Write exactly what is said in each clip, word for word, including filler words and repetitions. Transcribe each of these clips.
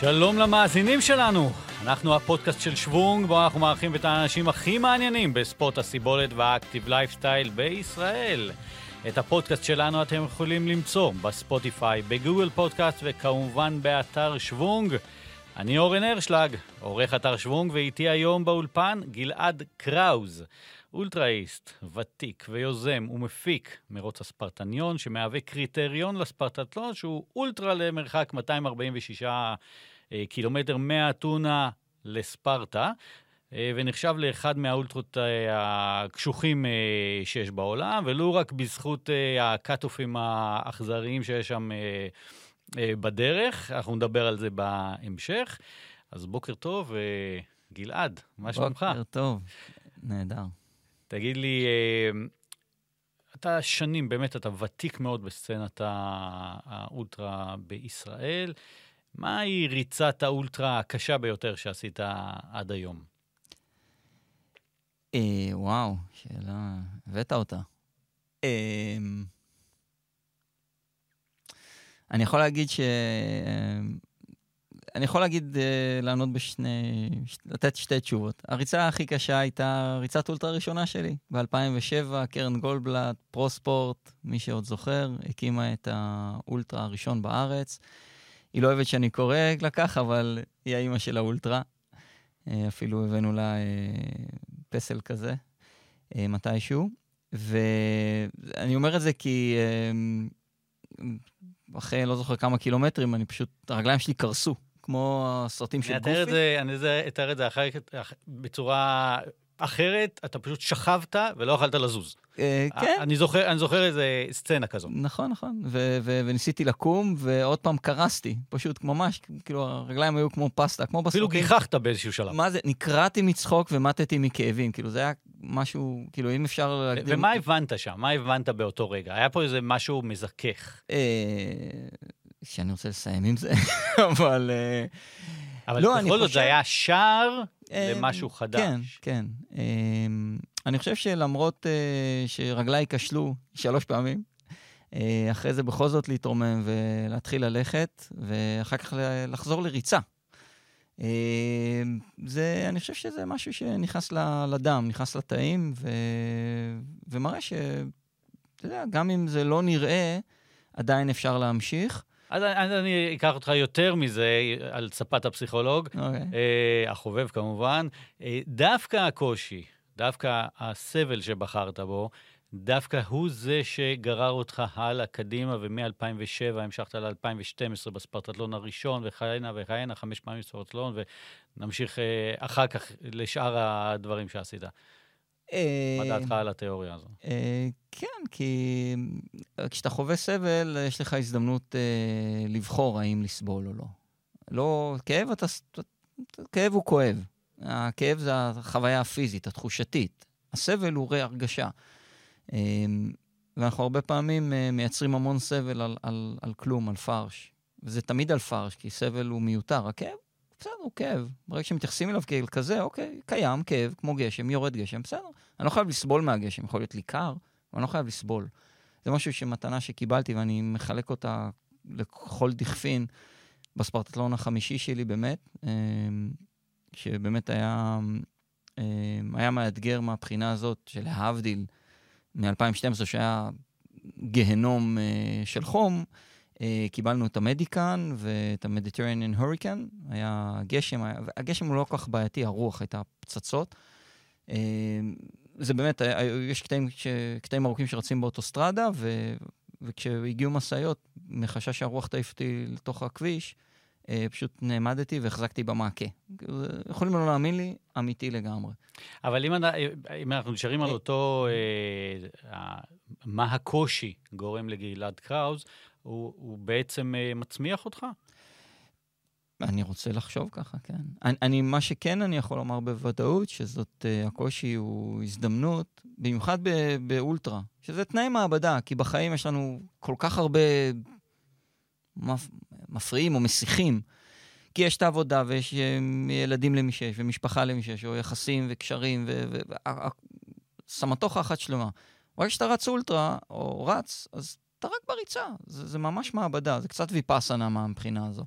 שלום למאזינים שלנו, אנחנו הפודקאסט של שוונג, בו אנחנו מארחים את האנשים הכי מעניינים בספורט הסיבולת והאקטיב לייפסטייל בישראל. את הפודקאסט שלנו אתם יכולים למצוא בספוטיפיי, בגוגל פודקאסט וכמובן באתר שוונג. אני אורן הרשלג, עורך אתר שוונג, ואיתי היום באולפן גלעד קראוז, אולטראיסט, ותיק ויוזם ומפיק מרוץ הספרטניון, שמהווה קריטריון לספרטטלון, שהוא אולטרה למרחק מאתיים ארבעים ושישה קילומטר מהאתונה לספרטה, ונחשב לאחד מהאולטרות הקשוחים שיש בעולם, ולא רק בזכות הקאטופים האכזריים שיש שם בדרך, אנחנו נדבר על זה בהמשך. אז בוקר טוב, גלעד, מה שלומך? בוקר טוב, נהדר. תגיד לי, אתה שנים, באמת אתה ותיק מאוד בסצנת האולטרה בישראל. מהי ריצת האולטרה הקשה ביותר שעשית עד היום? אה, וואו, שאלה, הבאת אותה. אה, אני יכול להגיד ש... אני יכול להגיד, לענות בשני, לתת שתי תשובות. הריצה הכי קשה הייתה ריצת אולטרה ראשונה שלי. ב-אלפיים ושבע, קרן גולדבלט, פרו-ספורט, מי שעוד זוכר, הקימה את האולטרה הראשון בארץ. היא לא אוהבת שאני קורא לה כך, אבל היא האמא של האולטרה. אפילו הבאנו לה פסל כזה, מתישהו. ואני אומר את זה כי אחרי לא זוכר כמה קילומטרים, אני פשוט, הרגליים שלי קרסו. כמו הסרטים של גופי. אני אתאר את זה בצורה אחרת, אתה פשוט שכבת ולא יכולת לזוז. כן. אני זוכר איזה סצנה כזו. נכון, נכון. וניסיתי לקום, ועוד פעם קרסתי. פשוט ממש, כאילו, הרגליים היו כמו פסטה, כמו בסרטים. אפילו גיחכת באיזשהו שלב. מה זה? נקרעתי מצחוק ומתתי מכאבים. כאילו, זה היה משהו, כאילו, אם אפשר... ומה הבנת שם? מה הבנת באותו רגע? היה פה איזה משהו מזכך. שאני רוצה לסיים עם זה, אבל... אבל לא, בכל זאת זה היה שער למשהו חדש. כן, כן. אני חושב שלמרות שרגליי כשלו שלוש פעמים, אחרי זה בכל זאת להתרומם ולהתחיל ללכת, ואחר כך לחזור לריצה. זה, אני חושב שזה משהו שנכנס לדם, נכנס לתאים, ומראה ש... אתה יודע, גם אם זה לא נראה, עדיין אפשר להמשיך. אז אני אקח אותך יותר מזה על ספת הפסיכולוג, החובב כמובן. דווקא הקושי, דווקא הסבל שבחרת בו, דווקא הוא זה שגרר אותך הלאה קדימה, ומ-אלפיים ושבע המשכת ל-אלפיים ושתים עשרה בספרטטלון הראשון, וכהנה וכהנה, חמש פעמים ספרטטלון, ונמשיך אחר כך לשאר הדברים שעשית. מה דעתך על התיאוריה הזו? כן, כי כשאתה חווה סבל, יש לך הזדמנות לבחור האם לסבול או לא. לא, כאב, אתה, כאב הוא כואב. הכאב זה החוויה הפיזית, התחושתית. הסבל הוא הרגשה. ואנחנו הרבה פעמים מייצרים המון סבל על, על, על כלום, על פרש. וזה תמיד על פרש, כי סבל הוא מיותר. הכאב, בסדר, הוא כאב. ברגע שמתייחסים אליו כאל כזה, אוקיי, קיים כאב, כמו גשם, יורד גשם, בסדר. אני לא חייב לסבול מהגשם, יכול להיות לי קר, אבל אני לא חייב לסבול. זה משהו שמתנה שקיבלתי, ואני מחלק אותה לכל דכפין בספרטטלון החמישי שלי, באמת, שבאמת היה, היה מאתגר מהבחינה הזאת של להבדיל מ-אלפיים ושתים עשרה, שהיה גהנום של חום, קיבלנו את המדיקן ואת המדיטרניאן הוריקן, היה גשם, היה, הגשם הוא לא כל כך בעייתי, הרוח הייתה פצצות. זה באמת, יש קטעים, קטעים ארוכים שרצים באוטוסטרדה, ו, וכשהגיעו מסעיות, מחשש שהרוח תעיף אותי לתוך הכביש, פשוט נעמדתי והחזקתי במעקה. יכולים לא להאמין לי, אמיתי לגמרי. אבל אם, אם אנחנו נשארים על אותו, מה הקושי גורם לגלעד קראוז, הוא, הוא בעצם מצמיח אותך? אני רוצה לחשוב ככה, כן. אני, אני, מה שכן אני יכול לומר בוודאות, שזאת, uh, הקושי הוא הזדמנות, במיוחד ב, באולטרה, שזה תנאי מעבדה, כי בחיים יש לנו כל כך הרבה מפ, מפריעים או מסיכים, כי יש את העבודה, ויש ילדים למי שיש, ומשפחה למי שיש, או יחסים וקשרים, וסמתוך אחת שלמה. רק כשאתה רץ אולטרה, או רץ, אז אתה רק בריצה. זה, זה ממש מעבדה, זה קצת ויפאסנה מהבחינה הזו.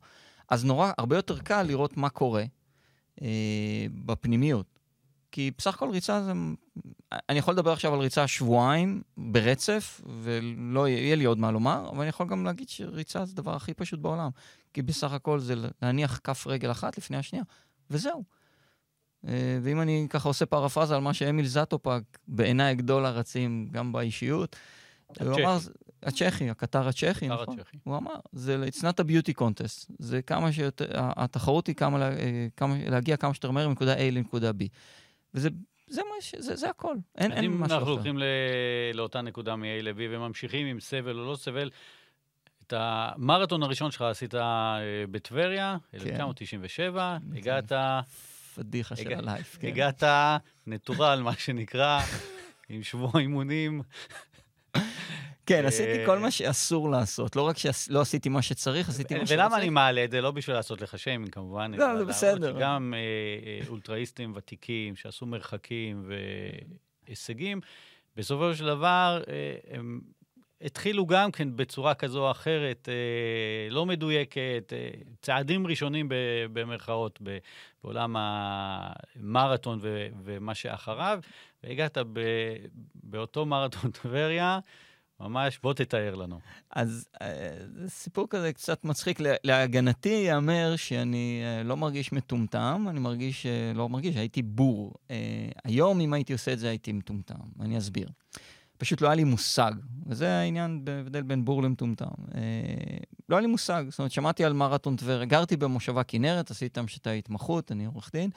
אז נורא, הרבה יותר קל לראות מה קורה אה, בפנימיות. כי בסך הכל ריצה זה... אני יכול לדבר עכשיו על ריצה שבועיים ברצף, ולא יהיה לי עוד מה לומר, אבל אני יכול גם להגיד שריצה זה הדבר הכי פשוט בעולם. כי בסך הכל זה להניח כף רגל אחת לפני השנייה, וזהו. ואם אני ככה עושה פרפרזה על מה שאמיל זאטופק, בעיניי גדול הרצים גם באישיות, הוא אמר, הצ'כי, הקטר הצ'כי, נכון? הוא אמר, זה it's not a beauty contest, זה כמה שיותר, התחרות היא כמה, כמה, להגיע כמה שיותר מהר מנקודה A לנקודה B. וזה זה, מה, זה, זה הכל, אין, אין משהו אחר. אם אנחנו הולכים לאותה נקודה מ-A ל-B וממשיכים עם סבל או לא סבל, את המרתון הראשון שלך עשית בטבריה, אלף תשע מאות תשעים ושבע, הגעת... פדיחה של הלייף, כן. הגעת נטורל, מה שנקרא, עם שבוע אימונים. כן, עשיתי כל מה שאסור לעשות. לא רק שלא עשיתי מה שצריך, עשיתי מה שרוצה. ולמה אני מעלה את זה? לא בשביל לעשות לך שיימינג, כמובן. לא, זה בסדר. גם אולטראיסטים ותיקים שעשו מרחקים והישגים, בסופו של דבר, הם התחילו גם כן בצורה כזו או אחרת, לא מדויקת, צעדים ראשונים במרכאות בעולם המרתון ומה שאחריו, והגעת באותו מרתון טבריה, ממש, בוא תתאר לנו. אז זה סיפור כזה קצת מצחיק. להגנתי יאמר שאני לא מרגיש מטומטם, אני מרגיש, לא מרגיש, הייתי בור. היום אם הייתי עושה את זה הייתי מטומטם, אני אסביר. פשוט לא היה לי מושג, וזה העניין בהבדל בין בור למטומטם. לא היה לי מושג, זאת אומרת, שמעתי על מרתון טבריה, גרתי במושבה כנרת, עשיתי שם שאתה התמחות, אני עורך דין,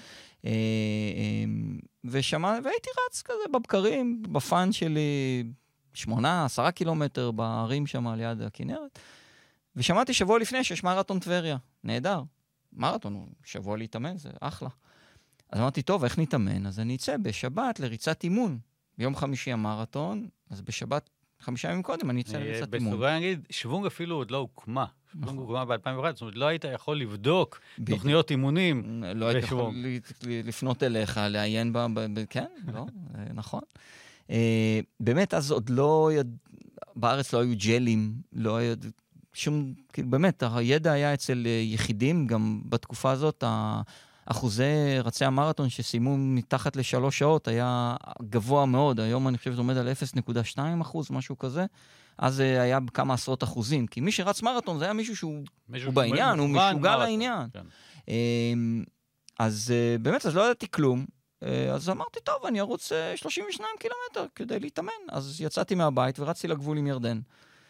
ושמע, והייתי רץ כזה בבקרים, בפן שלי, שמונה, עשרה קילומטר בערים שם ליד הכנרת, ושמעתי שבוע לפני שיש מרתון טבריה, נהדר. מרתון הוא שבוע להתאמן, זה אחלה. אז אמרתי, טוב, איך נתאמן? אז אני אצא בשבת לריצת אימון. ביום חמישי המרתון, אז בשבת, חמישה ימים קודם, אני אצא לריצת אימון. בסוגריים אני אגיד, שוונג אפילו עוד לא הוקמה. שוונג הוקמה ב-אלפיים ואחת, זאת אומרת, לא היית יכול לבדוק תוכניות אימונים. לא היית יכול לפנות אליך, לעיין בה, כן, לא, נכון. באמת, אז עוד לא, בארץ לא היו ג'לים, לא היו שום, באמת, הידע היה אצל יחידים, גם בתקופה הזאת, אחוזי רצי המרתון שסיימו מתחת לשלוש שעות היה גבוה מאוד. היום אני חושב שזה עומד על אפס נקודה שתיים אחוז, משהו כזה. אז היה כמה עשרות אחוזים. כי מי שרץ מרתון זה היה מישהו שהוא בעניין, הוא משוגע לעניין. אז באמת, אז לא ידעתי כלום. אז אמרתי, טוב, אני ארוץ שלושים ושניים קילומטר כדי להתאמן. אז יצאתי מהבית ורצתי לגבול עם ירדן.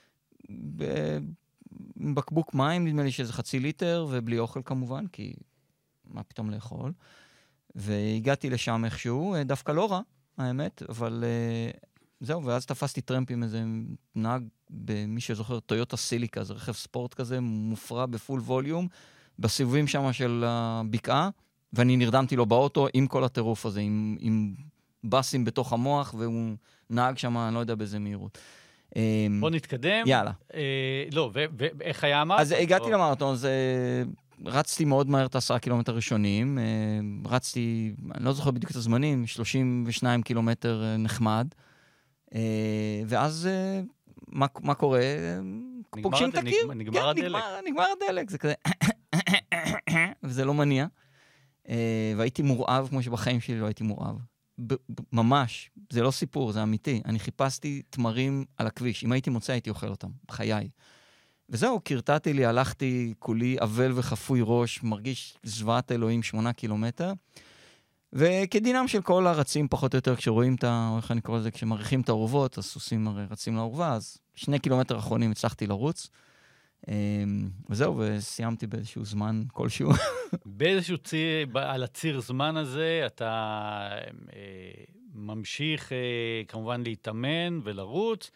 בקבוק מים, נדמה לי שזה חצי ליטר, ובלי אוכל כמובן, כי מה פתאום לאכול. והגעתי לשם איכשהו, דווקא לא רע, האמת, אבל זהו, ואז תפסתי טרמפ עם איזה נהג, במי שזוכר, טויוטה סיליקה, זה רכב ספורט כזה, מופרע בפול ווליום, בסיבובים שם של הבקעה, ואני נרדמתי לו באוטו עם כל הטירוף הזה, עם, עם בסים בתוך המוח, והוא נהג שם, אני לא יודע באיזה מהירות. בוא נתקדם. יאללה. אה, לא, ואיך היה המרתון? אז הגעתי למרתון, זה... רצתי מאוד מהר את העשרה קילומטר ראשונים, רצתי, אני לא זוכר בדיוק את הזמנים, שלושים ושניים קילומטר נחמד, ואז מה, מה קורה? פוגשים את הקיר, נגמר הדלק. נגמר, נגמר הדלק, זה כזה, וזה לא מניע, והייתי מורעב כמו שבחיים שלי לא הייתי מורעב. ממש, זה לא סיפור, זה אמיתי. אני חיפשתי תמרים על הכביש, אם הייתי מוצא הייתי אוכל אותם, בחיי. וזהו, קרטעתי לי, הלכתי כולי אבל וחפוי ראש, מרגיש זוועת אלוהים שמונה קילומטר, וכדינם של כל הרצים פחות או יותר, כשרואים את ה... איך אני קורא לזה, כשמריחים את העורבות, הסוסים הרי רצים לעורבה, אז שני קילומטר אחרונים הצלחתי לרוץ, וזהו, וסיימתי באיזשהו זמן כלשהו. באיזשהו ציר, על הציר זמן הזה, אתה ממשיך כמובן להתאמן ולרוץ,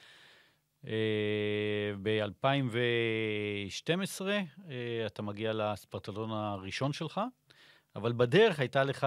ב-אלפיים ושתים עשרה אתה מגיע לספרטלון הראשון שלך, אבל בדרך הייתה לך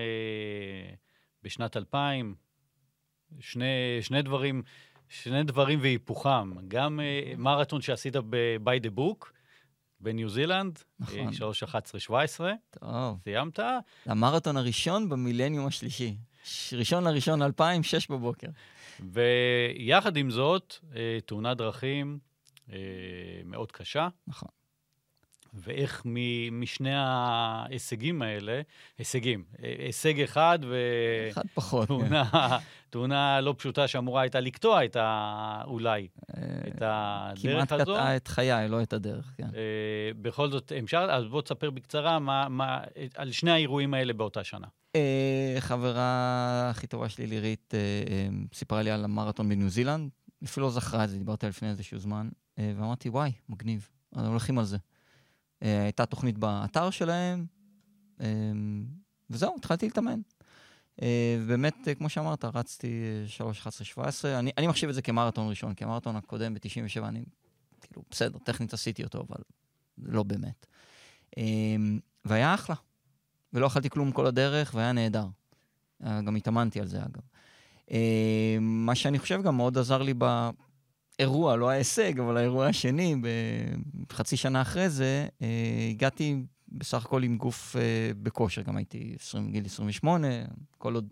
בשנת אלפיים שני, שני דברים, שני דברים והיפוכם. גם מרתון שעשית ב-by the book בניו זילנד, נכון. שלוש אחת עשרה שבע עשרה. טוב. סיימת? המרתון הראשון במילניום השלישי. ראשון לראשון אלפיים, שש בבוקר. ויחד עם זאת, תאונת דרכים מאוד קשה. נכון. ואיך משני ההישגים האלה, הישגים, הישג אחד ו... אחד פחות. תאונה, תאונה לא פשוטה שאמורה הייתה לקטוע את ה... אולי, את הדרך כמעט הזו. קטעה את חיי, לא את הדרך, כן. בכל זאת, אפשר, אז בוא תספר בקצרה מה, מה, על שני האירועים האלה באותה שנה. חברה הכי טובה שלי, לירית, סיפרה לי על המרתון בניו זילנד, אפילו לא זכרה את זה, דיברתי לפני איזשהו זמן, ואמרתי, וואי, מגניב, אנחנו הולכים על זה. הייתה תוכנית באתר שלהם, וזהו, התחלתי לתאמן. באמת, כמו שאמרת, רצתי שלוש אחת עשרה שבע עשרה, אני, אני מחשיב את זה כמרתון ראשון, כי המרתון הקודם ב-תשעים ושבע, אני, כאילו, בסדר, טכנית עשיתי אותו, אבל לא באמת. והיה אחלה. ולא אכלתי כלום כל הדרך, והיה נהדר. גם התאמנתי על זה, אגב. מה שאני חושב גם מאוד עזר לי באירוע, לא ההישג, אבל האירוע השני, בחצי שנה אחרי זה, הגעתי בסך הכל עם גוף בכושר, גם הייתי עשרים, גיל עשרים ושמונה, כל עוד...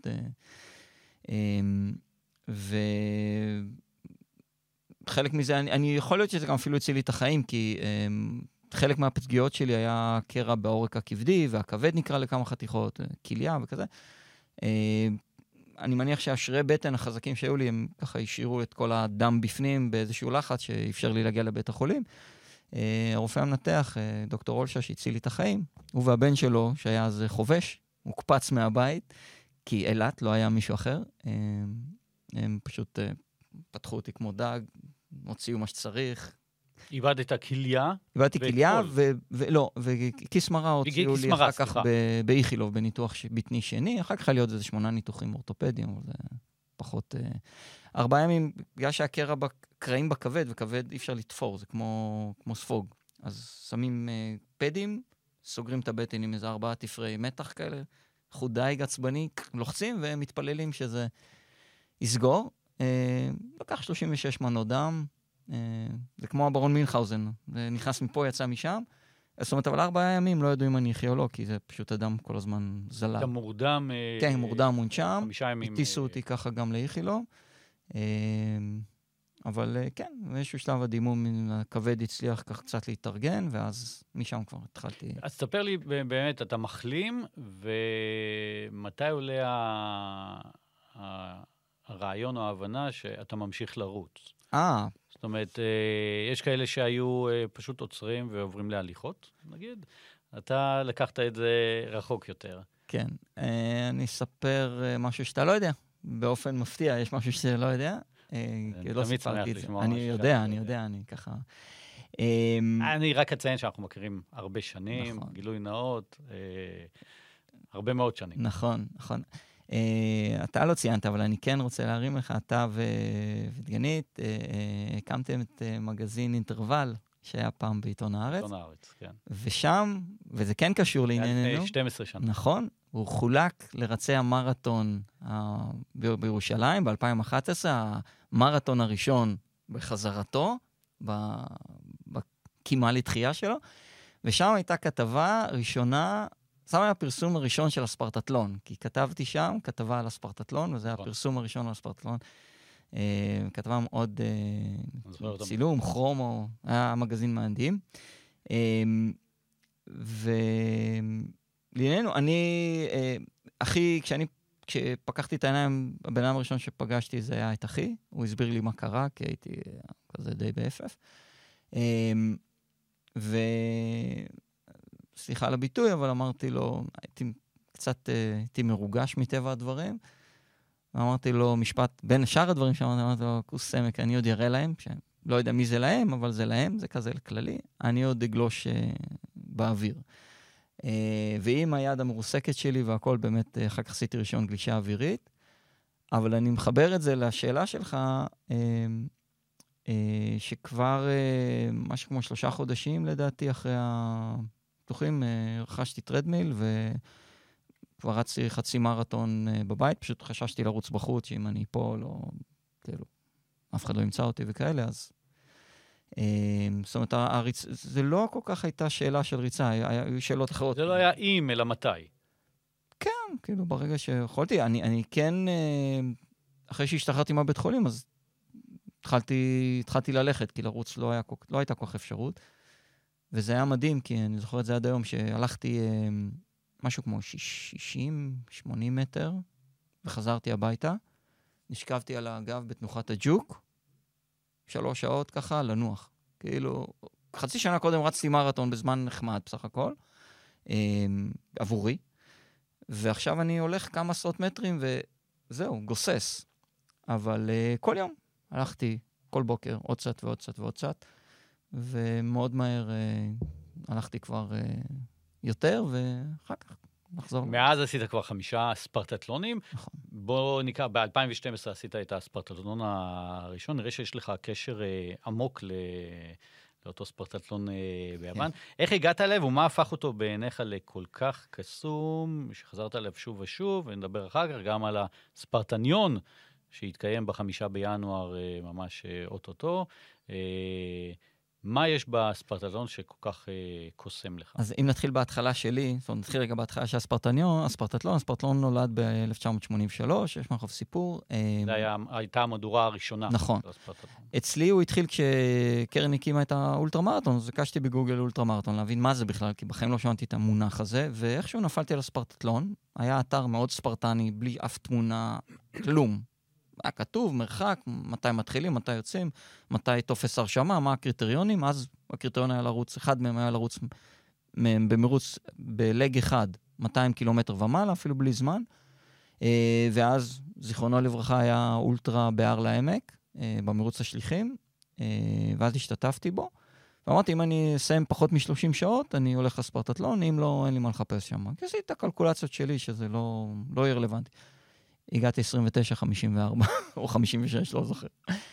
וחלק מזה, אני, אני יכול להיות שזה גם אפילו הציל לי את החיים, כי... חלק מהפגיעות שלי היה קרע בעורק הכבדי, והכבד נקרא לכמה חתיכות, כליה וכזה. אני מניח שהשרי בטן החזקים שהיו לי, הם ככה השאירו את כל הדם בפנים באיזשהו לחץ שאפשר לי להגיע לבית החולים. הרופא המנתח, דוקטור אולשה, שהציל לי את החיים, הוא והבן שלו, שהיה אז חובש, הוקפץ מהבית, כי אילת לא היה מישהו אחר. הם פשוט פתחו אותי כמו דג, הוציאו מה שצריך, איבדת כליה? איבדתי כליה, ולא, וכיס מרה הוציאו לי אחר כך באיכילוב, בניתוח בטני שני, אחר כך היה להיות איזה שמונה ניתוחים אורתופדיים, אבל זה פחות... ארבעה ימים, בגלל שהקרע בקרעים בכבד, וכבד אי אפשר לתפור, זה כמו ספוג. אז שמים פדים, סוגרים את הבטן עם איזה ארבעה תפרי מתח כאלה, חודאי עצבני, לוחצים ומתפללים שזה יסגור. לקח שלושים ושש מנות דם, זה כמו הברון מינכאוזן, זה נכנס מפה, יצא משם, זאת אומרת, אבל ארבעה ימים לא ידעו אם אני אחיה או לא, כי זה פשוט אדם כל הזמן זלג. אתה מורדם? כן, מורדם מונשם, הטיסו אותי ככה גם לאיכילוב, אבל כן, באיזשהו שלב הדימום הכבד הצליח כך קצת להתארגן, ואז משם כבר התחלתי. אז תספר לי באמת, אתה מחלים, ומתי עולה הרעיון או ההבנה שאתה ממשיך לרוץ? אה, זאת אומרת, יש כאלה שהיו פשוט עוצרים ועוברים להליכות, נגיד. אתה לקחת את זה רחוק יותר. כן. אני אספר משהו שאתה לא יודע. באופן מפתיע, יש משהו שאתה לא יודע. תמיד שמח לשמוע. אני יודע, אני יודע, אני ככה... אני רק אציין שאנחנו מכירים הרבה שנים, גילוי נאות, הרבה מאוד שנים. נכון, נכון. Uh, אתה לא ציינת, אבל אני כן רוצה להרים לך, אתה ודגנית, uh, uh, הקמתם את uh, מגזין אינטרוול, שהיה פעם בעיתון הארץ. בעיתון הארץ, כן. ושם, וזה כן קשור לענייננו. שתים עשרה שנה. נכון, הוא חולק לרצי המרתון uh, ב- בירושלים, ב-אלפיים ואחת עשרה, המרתון הראשון בחזרתו, בכמעט לתחייה שלו, ושם הייתה כתבה ראשונה, זה היה הפרסום הראשון של הספרטטלון, כי כתבתי שם כתבה על הספרטטלון, וזה היה הפרסום הראשון על הספרטטלון. כתבה מאוד צילום, כרומו, היה מגזין מדהים. ולענייננו, אני, אחי, כשאני, כשפקחתי את העיניים, הבן אדם הראשון שפגשתי זה היה את אחי, הוא הסביר לי מה קרה, כי הייתי כזה די באפף. ו... סליחה על הביטוי, אבל אמרתי לו, הייתי קצת, הייתי מרוגש מטבע הדברים, ואמרתי לו משפט, בין שאר הדברים שאמרתי, אמרתי לו, כוס סמק, אני עוד יראה להם, שלא יודע מי זה להם, אבל זה להם, זה כזה כללי, אני עוד אגלוש באוויר. ועם היד המרוסקת שלי והכל, באמת, אחר כך עשיתי רישיון גלישה אווירית, אבל אני מחבר את זה לשאלה שלך, שכבר משהו כמו שלושה חודשים, לדעתי, אחרי ה... פתוחים, רכשתי טרדמיל, וכבר רצתי חצי מרתון בבית, פשוט חששתי לרוץ בחוץ, שאם אני פה, לא, כאילו, אף אחד לא ימצא אותי וכאלה, אז... זאת אומרת, הריצ... זה לא כל כך הייתה שאלה של ריצה, היו שאלות אחרות. זה לא היה אם, אלא מתי. כן, כאילו, ברגע שיכולתי, אני, אני כן, אחרי שהשתחררתי מהבית חולים, אז התחלתי, התחלתי ללכת, כי לרוץ לא, היה, לא הייתה כל כך אפשרות. וזה היה מדהים, כי אני זוכר את זה עד היום, שהלכתי אה, משהו כמו שישים שמונים מטר, וחזרתי הביתה, נשכבתי על הגב בתנוחת הג'וק, שלוש שעות ככה לנוח. כאילו, חצי שנה קודם רצתי מרתון בזמן נחמד בסך הכל, אה, עבורי, ועכשיו אני הולך כמה עשרות מטרים, וזהו, גוסס. אבל uh, כל יום הלכתי, כל בוקר, עוד קצת ועוד קצת ועוד קצת, ומאוד מהר uh, הלכתי כבר uh, יותר, ואחר כך נחזור. מאז עשית כבר חמישה ספרטטלונים. נכון. בוא נקרא, ב-אלפיים ושתים עשרה עשית את הספרטטלון הראשון, נראה שיש לך קשר uh, עמוק ל... לאותו ספרטטלון uh, ביוון. כן. איך הגעת אליו ומה הפך אותו בעיניך לכל כך קסום, שחזרת אליו שוב ושוב, ונדבר אחר כך גם על הספרטניון, שהתקיים בחמישה בינואר ממש אוטוטו. מה יש בספרטטלון שכל כך קוסם לך? אז אם נתחיל בהתחלה שלי, זאת אומרת, נתחיל רגע בהתחלה של הספרטניון, הספרטטלון, הספרטטלון נולד ב-אלף תשע מאות שמונים ושלוש, יש מאחוריו סיפור. זה היה, הייתה המדורה הראשונה. נכון. אצלי הוא התחיל כשקרן הקימה את האולטרמרתון, אז הקשתי בגוגל אולטרמרתון, להבין מה זה בכלל, כי בחיים לא שמעתי את המונח הזה, ואיכשהו נפלתי על הספרטטלון, היה אתר מאוד ספרטני, בלי אף תמונה, כלום. היה כתוב, מרחק, מתי מתחילים, מתי יוצאים, מתי תופס הרשמה, מה הקריטריונים, אז הקריטריון היה לרוץ, אחד מהם היה לרוץ במרוץ בלג אחד, מאתיים קילומטר ומעלה, אפילו בלי זמן, ואז זיכרונו לברכה היה אולטרה בהר לעמק, במרוץ השליחים, ואז השתתפתי בו, ואמרתי, אם אני אסיים פחות מ-שלושים שעות, אני הולך לספרטטלון, אם לא, אין לי מה לחפש שם. כי עשיתי את הקלקולציות שלי, שזה לא, לא יהיה רלוונטי. הגעתי עשרים ותשע חמישים וארבע, או חמישים ושש, לא זוכר.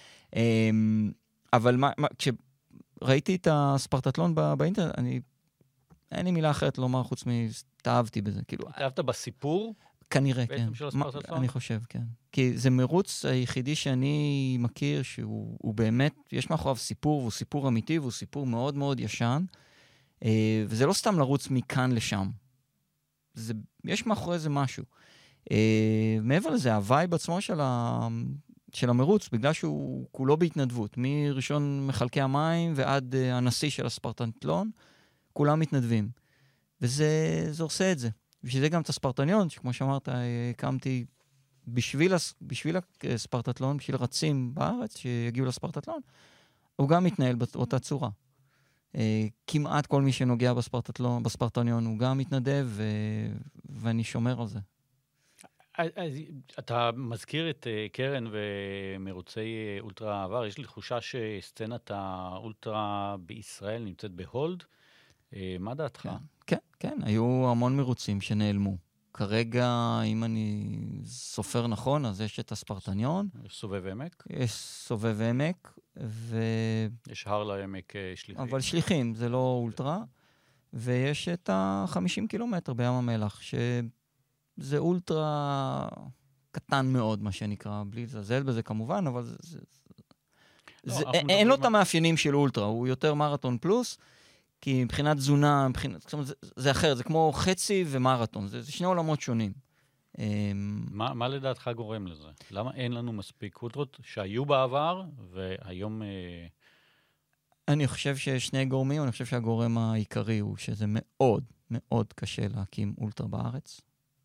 אבל מה, מה, כשראיתי את הספרטטלון באינטרנט, אני, אין לי מילה אחרת לומר חוץ מתאהבתי בזה. כאילו, התאהבת בסיפור? כנראה, כן. של הספרטטלון? אני חושב, כן. כי זה מרוץ היחידי שאני מכיר, שהוא באמת, יש מאחוריו סיפור, והוא סיפור אמיתי, והוא סיפור מאוד מאוד ישן, וזה לא סתם לרוץ מכאן לשם. זה, יש מאחורי זה משהו. Uh, מעבר לזה, הווייב עצמו של, ה... של המרוץ, בגלל שהוא כולו בהתנדבות, מראשון מחלקי המים ועד uh, הנשיא של הספרטטלון, כולם מתנדבים. וזה זה עושה את זה. ושזה גם את הספרטניון, שכמו שאמרת, הקמתי בשביל, הס... בשביל הספרטטלון, בשביל רצים בארץ שיגיעו לספרטטלון, הוא גם מתנהל באותה צורה. Uh, כמעט כל מי שנוגע בספרטטלון, בספרטניון הוא גם מתנדב, ו... ואני שומר על זה. אז אתה מזכיר את קרן ומרוצי אולטרה עבר, יש לי תחושה שסצנת האולטרה בישראל נמצאת בהולד. מה דעתך? כן, כן, היו המון מרוצים שנעלמו. כרגע, אם אני סופר נכון, אז יש את הספרטניון. יש סובב עמק? יש סובב עמק, ו... יש הר לעמק שליחים. אבל שליחים, זה לא אולטרה. ויש את ה-חמישים קילומטר בים המלח, ש... זה אולטרה קטן מאוד, מה שנקרא, בלי לזלזל בזה כמובן, אבל זה, זה, לא, זה, אין, אין לו את המאפיינים של אולטרה, הוא יותר מרתון פלוס, כי מבחינת תזונה, מבחינת, זאת אומרת, זה, זה אחר, זה כמו חצי ומרתון, זה, זה שני עולמות שונים. מה, מה לדעתך גורם לזה? למה אין לנו מספיק אולטרות שהיו בעבר, והיום... אני חושב ששני גורמים, אני חושב שהגורם העיקרי הוא שזה מאוד מאוד קשה להקים אולטרה בארץ.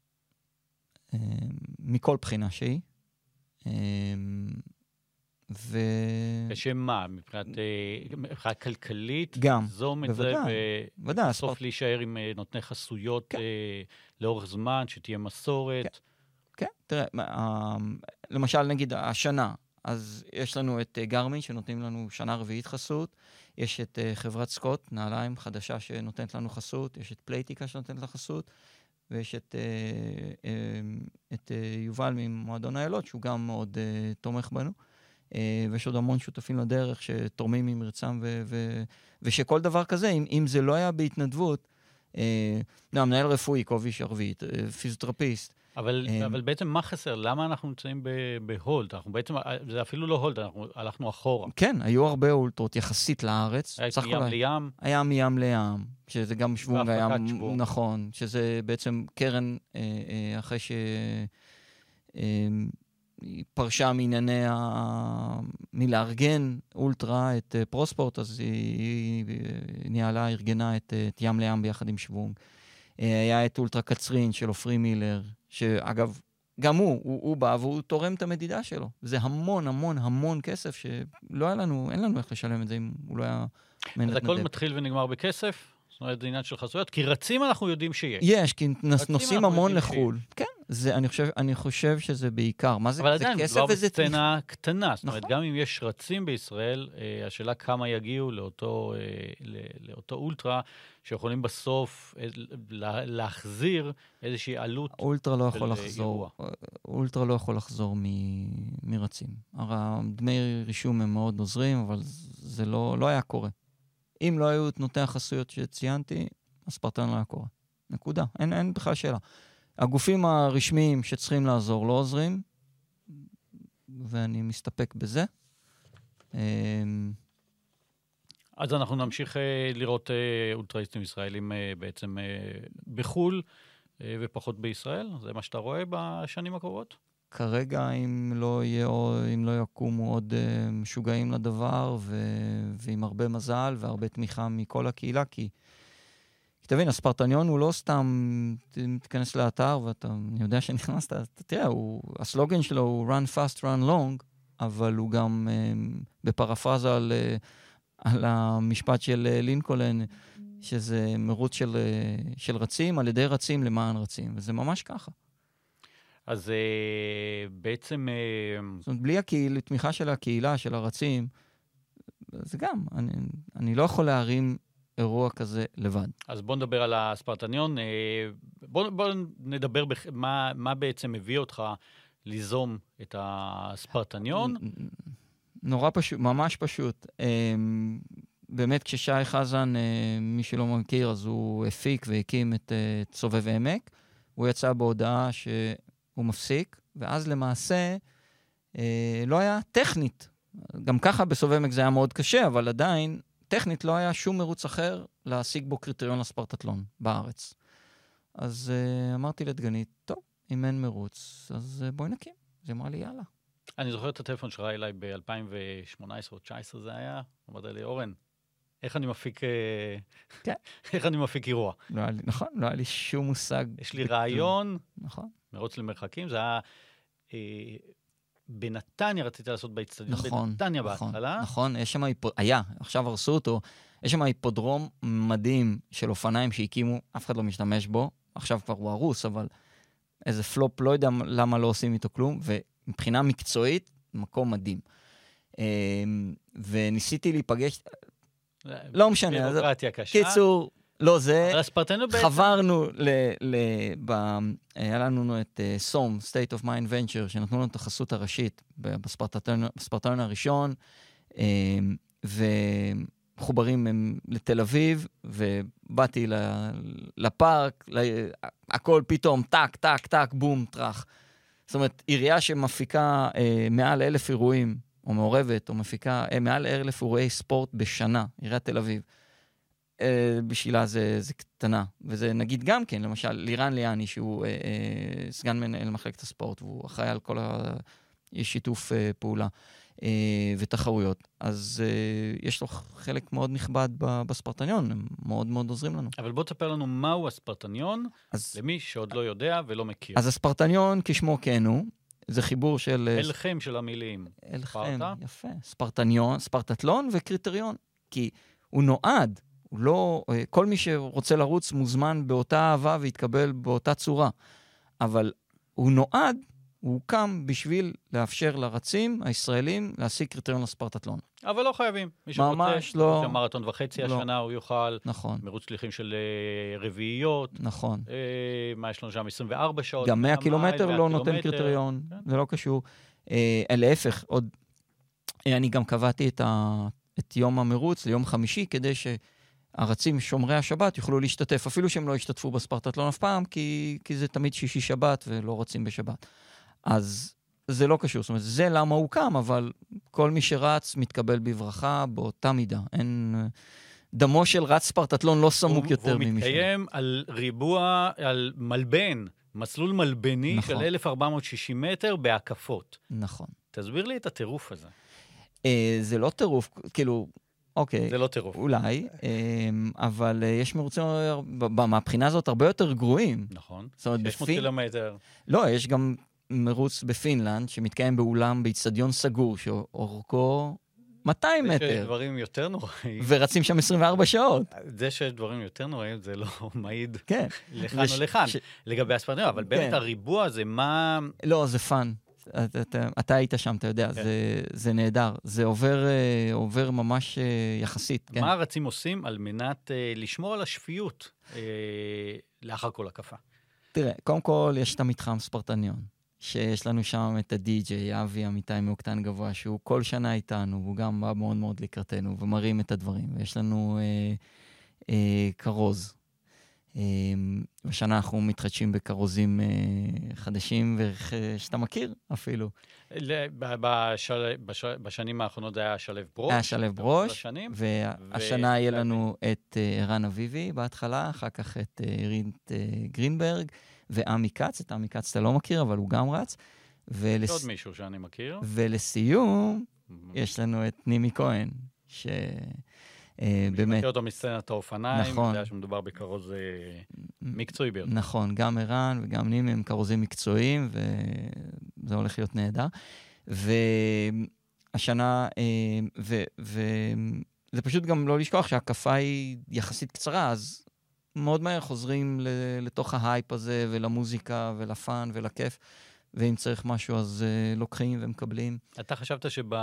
מכל בחינה שהיא. ו... בשם מה? מבחינת כלכלית? גם, זום את זה, ובסוף להישאר עם נותני חסויות לאורך זמן, שתהיה מסורת. כן, תראה, למשל נגיד השנה, אז יש לנו את גרמין שנותנים לנו שנה רביעית חסות, יש את חברת סקוט, נעליים חדשה שנותנת לנו חסות, יש את פלייטיקה שנותנת לנו חסות, ויש את, אה, אה, את אה, יובל ממועדון האלות, שהוא גם מאוד אה, תומך בנו, אה, ויש עוד המון שותפים לדרך שתורמים ממרצם, ו- ו- ושכל דבר כזה, אם, אם זה לא היה בהתנדבות, אה, לא, מנהל רפואי, קובי שרבית, אה, פיזיותרפיסט. אבל, אה, אבל בעצם מה חסר? למה אנחנו נמצאים בהולד? אנחנו בעצם, זה אפילו לא הולד, אנחנו הלכנו אחורה. כן, היו הרבה אולטרות יחסית לארץ. היה מים לים? היה מים לים, שזה גם שוונג היה, נכון, שזה בעצם קרן, אחרי ש... היא פרשה מענייני ה... מלארגן אולטרה את פרוספורט, אז היא, היא ניהלה, ארגנה את, את ים לים ביחד עם שוונג. היה את אולטרה קצרין של אופרי מילר, שאגב, גם הוא, הוא, הוא בא והוא תורם את המדידה שלו. זה המון, המון, המון כסף שלא היה לנו, אין לנו איך לשלם את זה אם הוא לא היה מנדב. אז הכל מתחיל ונגמר בכסף? זאת אומרת, זה עניין של חסויות? כי רצים אנחנו יודעים שיש. יש, כי נוסעים המון לחול. כן, זה, אני חושב, אני חושב שזה בעיקר. מה זה? אבל זה עדיין, כסף כבר וזה בסצנה קטנה. זאת אומרת, נכון. גם אם יש רצים בישראל, אה, השאלה כמה יגיעו לאותו, אה, לאותו אולטרה, שיכולים בסוף אה, לה, להחזיר איזושהי עלות. אולטרה לא יכול של לחזור. אירוע. אולטרה לא יכול לחזור מ- מרצים. הרי דמי רישום הם מאוד עוזרים, אבל זה לא, לא היה קורה. אם לא היו את נוטי החסויות שציינתי, הספרטן לא היה קורה. נקודה. אין, אין בכלל שאלה. הגופים הרשמיים שצריכים לעזור לא עוזרים, ואני מסתפק בזה. אז אנחנו נמשיך אה, לראות אה, אולטראיסטים ישראלים אה, בעצם אה, בחול אה, ופחות בישראל. זה מה שאתה רואה בשנים הקרובות? כרגע, אם לא יהיה, אם לא יקומו עוד uh, משוגעים לדבר, ו, ועם הרבה מזל והרבה תמיכה מכל הקהילה, כי, כי תבין, הספרטניון הוא לא סתם, תיכנס לאתר, ואתה, אני יודע שנכנסת, אתה תראה, הוא, הסלוגן שלו הוא run fast, run long, אבל הוא גם uh, בפרפרזה על, uh, על המשפט של uh, לינקולן, שזה מרוץ של, uh, של רצים, על ידי רצים למען רצים, וזה ממש ככה. אז uh, בעצם... Uh... זאת אומרת, בלי הקהיל, תמיכה של הקהילה, של הרצים, זה גם, אני, אני לא יכול להרים אירוע כזה לבד. אז בוא נדבר על הספרטניון. Uh, בוא, בוא נדבר בח... מה, מה בעצם הביא אותך ליזום את הספרטניון. נורא פשוט, ממש פשוט. Uh, באמת, כששי חזן, uh, מי שלא מכיר, אז הוא הפיק והקים את uh, סובב עמק. הוא יצא בהודעה ש... הוא מפסיק, ואז למעשה אה, לא היה טכנית. גם ככה בסובב עמק זה היה מאוד קשה, אבל עדיין, טכנית לא היה שום מרוץ אחר להשיג בו קריטריון לספרטטלון בארץ. אז אה, אמרתי לדגנית, טוב, אם אין מרוץ, אז אה, בואי נקים. זה אמרה לי, יאללה. אני זוכר את הטלפון שלך אליי ב-אלפיים שמונה עשרה או תשע עשרה זה היה, אמרת לי, אורן, איך אני מפיק, כן. איך אני מפיק אירוע? לא היה לי, נכון, לא היה לי שום מושג. יש לי רעיון, נכון. מרוץ למרחקים, זה היה, אה, בנתניה רציתי לעשות באצטדיון, נכון, בנתניה נכון, בהתחלה. נכון, יש שם, היה, עכשיו הרסו אותו, יש שם היפודרום מדהים של אופניים שהקימו, אף אחד לא משתמש בו, עכשיו כבר הוא הרוס, אבל איזה פלופ, לא יודע למה לא עושים איתו כלום, ומבחינה מקצועית, מקום מדהים. וניסיתי להיפגש, לא משנה. בירוקרטיה קשה. קיצור, לא זה. אבל הספרטנו בעצם... חברנו, ל, ל, ב, היה לנו את uh, סום, State of Mind Venture, שנתנו לנו את החסות הראשית בספרטניון הראשון, uh, וחוברים הם לתל אביב, ובאתי לפארק, הכל פתאום, טק, טק, טק, בום, טרח. זאת אומרת, עירייה שמפיקה uh, מעל אלף אירועים, או מעורבת, או מפיקה uh, מעל אלף אירועי ספורט בשנה, עיריית תל אביב, uh, בשבילה זה, זה קטנה. וזה נגיד גם כן, למשל, לירן ליאני, שהוא uh, uh, סגן מנהל מחלקת הספורט, והוא אחראי על כל ה... יש שיתוף uh, פעולה uh, ותחרויות. אז uh, יש לו חלק מאוד נכבד בספרטניון, הם מאוד מאוד עוזרים לנו. אבל בוא תספר לנו מהו הספרטניון, אז, למי שעוד לא יודע ולא מכיר. אז הספרטניון, כשמו כן הוא, זה חיבור של... אלכם של המילים. אלכם, יפה. ספרטניון, ספרטטלון וקריטריון. כי הוא נועד, הוא לא... כל מי שרוצה לרוץ מוזמן באותה אהבה והתקבל באותה צורה. אבל הוא נועד, הוא הוקם בשביל לאפשר לרצים הישראלים להשיג קריטריון לספרטטלון. אבל לא חייבים. ממש לא. גם מרתון וחצי לא. השנה הוא יוכל. נכון. מרוץ שליחים של uh, רביעיות. נכון. Uh, מה יש לנו שם? עשרים וארבע שעות. גם מאה קילומטר לא נותן קריטריון. כן. זה לא קשור. אה, להפך, עוד... אני גם קבעתי את, ה... את יום המרוץ ליום חמישי, כדי שהרצים שומרי השבת יוכלו להשתתף, אפילו שהם לא ישתתפו בספרטטלון אף פעם, כי, כי זה תמיד שישי שבת ולא רצים בשבת. אז זה לא קשור. זאת אומרת, זה למה הוא קם, אבל כל מי שרץ מתקבל בברכה באותה מידה. אין... דמו של רץ ספרטטלון לא סמוק יותר ממישהו. והוא מתקיים על ריבוע, על מלבן מסלול מלבני נכון. של אלף ארבע מאות ושישים מטר בהקפות. נכון. תסביר לי את הטירוף הזה. אה, זה לא טירוף, כאילו, אוקיי. זה לא טירוף. אולי, אה, אבל אה, יש מרוצים, מהבחינה הזאת, הרבה יותר גרועים. נכון. זאת אומרת, שש מאות בפי... קילומטר. לא, יש גם מרוץ בפינלנד, שמתקיים באולם, באצטדיון סגור, שאורכו מאתיים זה שיש מטר. דברים יותר נוראים. ורצים שם עשרים וארבע שעות. זה שיש דברים יותר נוראים, זה לא מעיד כן. לכאן וש- או לכאן, ש- לגבי הספרטנים, אבל באמת כן. הריבוע הזה, מה... לא, זה פאן. אתה, אתה, אתה היית שם, אתה יודע, כן. זה, זה נהדר. זה עובר, אה, עובר ממש אה, יחסית, כן. מה הרצים עושים על מנת אה, לשמור על השפיות אה, לאחר כל הקפה? תראה, קודם כל יש את המתחם ספרטניון, שיש לנו שם את הדי-ג'יי, אבי אמיתי מאוקטן גבוה, שהוא כל שנה איתנו, והוא גם בא מאוד מאוד לקראתנו, ומראים את הדברים. ויש לנו אה, אה, קרוז. אה, בשנה אנחנו מתחדשים בקרוזים אה, חדשים, ושאתה מכיר אפילו. ל- ב- בשל- בש- בשנים האחרונות זה היה שלב ברוש. היה שלב ברוש, השנים. והשנה ו- יהיה לנו את אה, ערן אביבי בהתחלה, אחר כך את אה, רינת אה, גרינברג, ועמי קץ, את עמי קץ אתה לא מכיר, אבל הוא גם רץ. יש ולס... עוד מישהו שאני מכיר. ולסיום, יש לנו את נימי כהן, שבאמת... מכיר אותו מסצנת האופניים. נכון. זה היה שמדובר בכרוז אה, מקצועי ביותר. נכון, גם ערן וגם נימי הם כרוזים מקצועיים, וזה הולך להיות נהדר. והשנה, אה, ו... ו... זה פשוט גם לא לשכוח שההקפה היא יחסית קצרה, אז מאוד מהר חוזרים ל- לתוך ההייפ הזה, ולמוזיקה, ולפן, ולכיף, ואם צריך משהו אז uh, לוקחים ומקבלים. אתה חשבת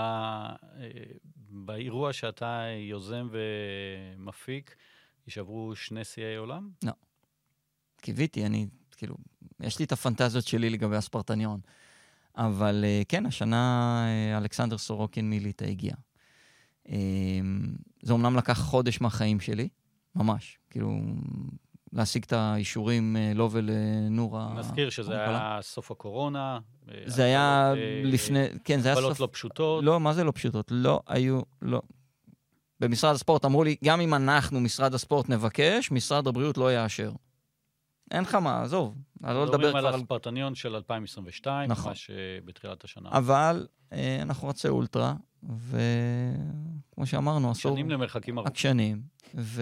שבאירוע שאתה יוזם ומפיק, יישברו שני שיאי עולם? לא. קיוויתי, אני, כאילו, יש לי את הפנטזיות שלי לגבי הספרטניון. אבל uh, כן, השנה uh, אלכסנדר סורוקין מליטא הגיע. Uh, זה אומנם לקח חודש מהחיים שלי, ממש. כאילו, להשיג את האישורים uh, לו ולנורה. נזכיר שזה היה סוף הקורונה. זה היה הגבלות, לפני, כן, זה היה הגבלות סוף... לא פשוטות. לא, מה זה לא פשוטות? לא היו, לא. במשרד הספורט אמרו לי, גם אם אנחנו, משרד הספורט, נבקש, משרד הבריאות לא יאשר. אין לך מה, עזוב. אני לא לדבר מדברים כבר על על... הספרטניון של אלפיים עשרים ושתיים, נכון. ממש אה, בתחילת השנה. אבל אה, אנחנו רצי אולטרה, וכמו שאמרנו, אסור... שנים למרחקים ארוכים. עקשנים, ו...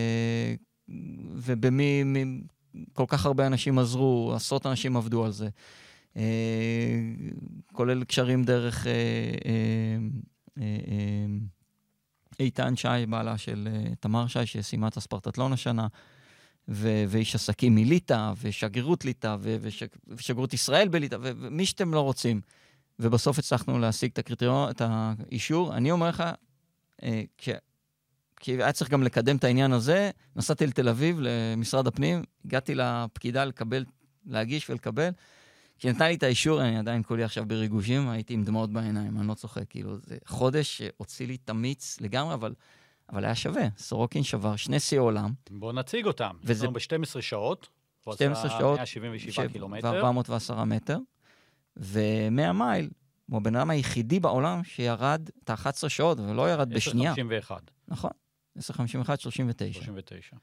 ובמי... מ... כל כך הרבה אנשים עזרו, עשרות אנשים עבדו על זה. אה, כולל קשרים דרך אה, אה, אה, אה, איתן שי, בעלה של אה, תמר שי, שסיימה את הספרטטלון השנה, ו- ואיש עסקים מליטא, ושגרירות ליטא, ו- וש- ושגרירות ישראל בליטא, ו- ומי שאתם לא רוצים. ובסוף הצלחנו להשיג את הקריטריון, את האישור. אני אומר לך, אה, כש... כי היה צריך גם לקדם את העניין הזה, נסעתי לתל אביב, למשרד הפנים, הגעתי לפקידה לקבל, להגיש ולקבל. כשנתן לי את האישור, אני עדיין כולי עכשיו בריגושים, הייתי עם דמעות בעיניים, אני לא צוחק, כאילו, זה חודש שהוציא לי תמיץ לגמרי, אבל, אבל היה שווה. סורוקין שבר שני שיא עולם. בואו נציג אותם. וזה... ב-שתים עשרה שעות. שתים עשרה שעות. מאה שבעים ושבעה קילומטר. ו-ארבע מאות ועשרה מטר. ו-מאה מייל, הוא הבן אדם היחידי בעולם שירד את ה-אחת עשרה שעות, ולא ירד בשנייה. עשר חמישים ואחת. נכון. עשר חמישים ואחת, שלושים ותשע. שלושים ותשע.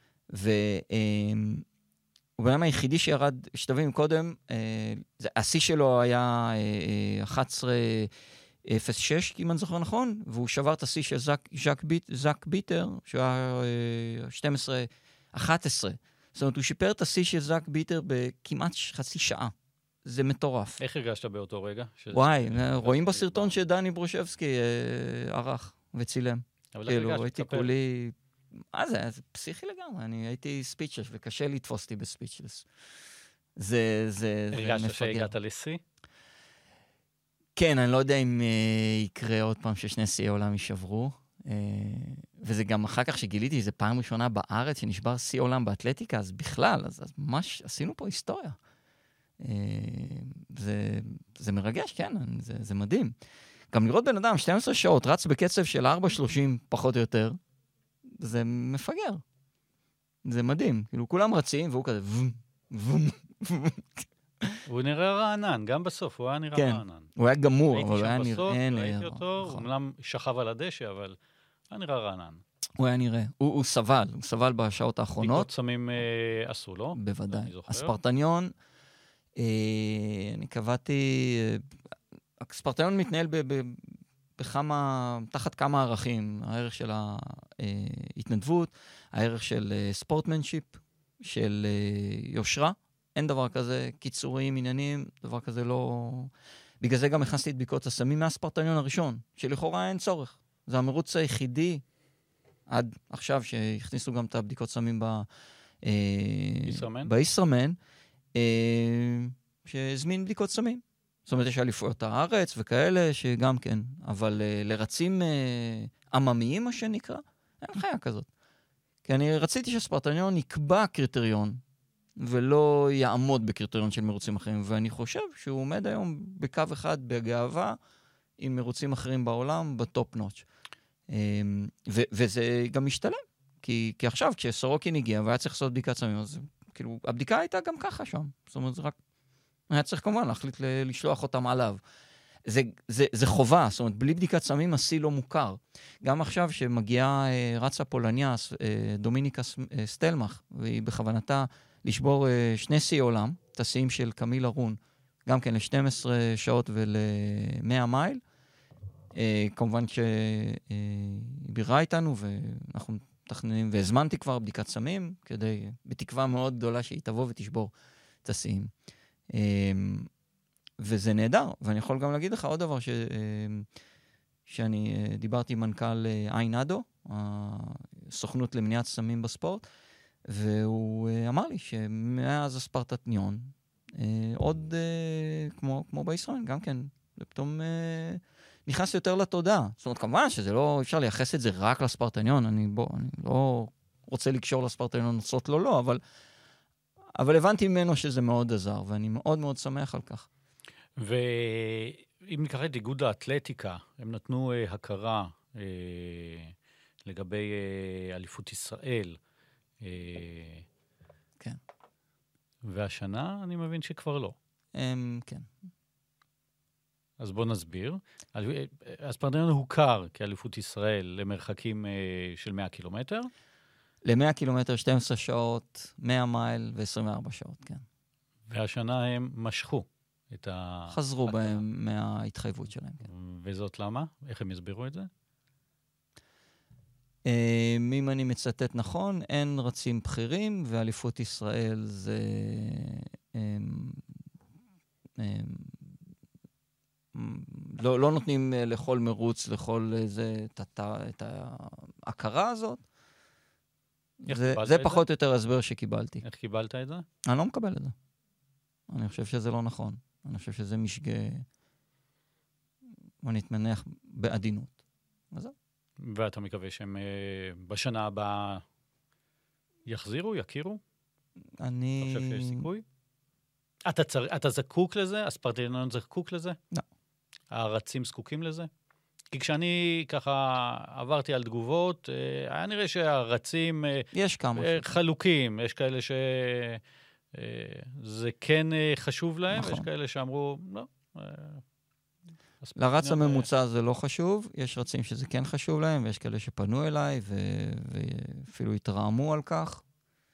והוא בן אדם היחידי שירד, שתבין קודם, השיא שלו היה אחת עשרה אפס שש, אם אני זוכר נכון, והוא שבר את השיא של זאק ביטר, שהוא היה שתים עשרה אחת עשרה. זאת אומרת, הוא שיפר את השיא של זאק ביטר בכמעט חצי שעה. זה מטורף. איך הרגשת באותו רגע? וואי, רואים בסרטון שדני ברושבסקי ערך וצילם. כאילו, הייתי כולי... מה זה? זה פסיכי לגמרי. אני הייתי ספיצ'לס, וקשה לתפוס אותי בספיצ'לס. זה, זה, זה מפגר. הרגשת שהגעת לשיא? כן, אני לא יודע אם uh, יקרה עוד פעם ששני שיאי עולם יישברו. Uh, וזה גם אחר כך שגיליתי, זה פעם ראשונה בארץ שנשבר שיא עולם באתלטיקה, אז בכלל, אז, אז ממש עשינו פה היסטוריה. Uh, זה, זה מרגש, כן, זה, זה מדהים. גם לראות בן אדם שתים עשרה שעות רץ בקצב של ארבע שלושים פחות או יותר, זה מפגר. זה מדהים. כאילו, כולם רצים, והוא כזה וום, וום, וום. הוא נראה רענן, גם בסוף, הוא היה נראה כן. רענן. הוא היה גמור, אבל הוא היה הייתי שם בסוף, נראה... ראיתי אותו, הוא אומנם שכב על הדשא, אבל היה נראה רענן. הוא היה נראה. הוא, הוא סבל, הוא סבל בשעות האחרונות. בדיקות סמים אה, עשו לו. בוודאי. הספרטניון, אני קבעתי, הספרטניון מתנהל בכמה, תחת כמה ערכים, הערך של ההתנדבות, הערך של ספורטמנשיפ, של יושרה, אין דבר כזה, קיצוריים, עניינים, דבר כזה לא... בגלל זה גם הכנסתי את בדיקות הסמים מהספרטניון הראשון, שלכאורה אין צורך. זה המרוץ היחידי, עד עכשיו שהכניסו גם את הבדיקות סמים ב... בישראמן? בישראמן, שהזמין בדיקות סמים. זאת אומרת, יש אליפויות הארץ וכאלה שגם כן, אבל לרצים עממיים, מה שנקרא, אין חיה כזאת. כי אני רציתי שהספרטניון יקבע קריטריון, ולא יעמוד בקריטריון של מרוצים אחרים, ואני חושב שהוא עומד היום בקו אחד בגאווה, עם מרוצים אחרים בעולם, בטופ נוטש. ו- וזה גם משתלם, כי, כי עכשיו, כשסורוקין הגיע, והיה צריך לעשות בדיקת סמים, אז כאילו, הבדיקה הייתה גם ככה שם. זאת אומרת, זה רק... היה צריך כמובן להחליט ל- לשלוח אותם עליו. זה, זה, זה חובה, זאת אומרת, בלי בדיקת סמים, השיא לא מוכר. גם עכשיו שמגיעה רצה פולניה, דומיניקה סטלמך, והיא בכוונתה לשבור שני שיאי עולם, את השיאים של קמילה רון, גם כן ל-שתים עשרה שעות ול-מאה מייל. כמובן שהיא בירה איתנו, ואנחנו מתכננים, והזמנתי כבר בדיקת סמים, כדי, בתקווה מאוד גדולה שהיא תבוא ותשבור את השיאים. וזה נהדר, ואני יכול גם להגיד לך עוד דבר ש... שאני דיברתי עם מנכ"ל עין אדו, הסוכנות למניעת סמים בספורט, והוא אמר לי שמאז הספרטניון, עוד כמו, כמו בישראל, גם כן, זה פתאום נכנס יותר לתודעה. זאת אומרת, כמובן שזה לא, אפשר לייחס את זה רק לספרטניון, אני, בוא, אני לא רוצה לקשור לספרטניון, נוצות לו לא, אבל, אבל הבנתי ממנו שזה מאוד עזר, ואני מאוד מאוד שמח על כך. ואם נקרא את איגוד האתלטיקה, הם נתנו אה, הכרה אה, לגבי אה, אליפות ישראל. אה, כן. והשנה אני מבין שכבר לא. הם, כן. אז בוא נסביר. הספרטניון הוכר כאליפות ישראל למרחקים אה, של מאה קילומטר. ל-מאה קילומטר, שתים עשרה שעות, מאה מייל ו-עשרים וארבע שעות, כן. והשנה הם משכו. את ה... חזרו בהם מההתחייבות שלהם. כן. וזאת למה? איך הם יסבירו את זה? אם אני מצטט נכון, אין רצים בכירים, ואליפות ישראל זה... לא, לא נותנים לכל מרוץ, לכל זה, את ההכרה הזאת. זה, זה פחות או יותר הסבר שקיבלתי. איך קיבלת את זה? אני לא מקבל את זה. אני חושב שזה לא נכון. אני חושב שזה משגה, אני אתמנח בעדינות. אז זהו. ואתה מקווה שהם בשנה הבאה יחזירו, יכירו? אני... אתה חושב שיש סיכוי? אתה, צר... אתה זקוק לזה? הספרטניון זקוק לזה? לא. הרצים זקוקים לזה? כי כשאני ככה עברתי על תגובות, היה נראה שהרצים... יש כמה. חלוקים. יש כאלה ש... זה כן חשוב להם, נכון. ויש כאלה שאמרו, לא. לרץ הממוצע זה לא חשוב, יש רצים שזה כן חשוב להם, ויש כאלה שפנו אליי, ו... ואפילו התרעמו על כך.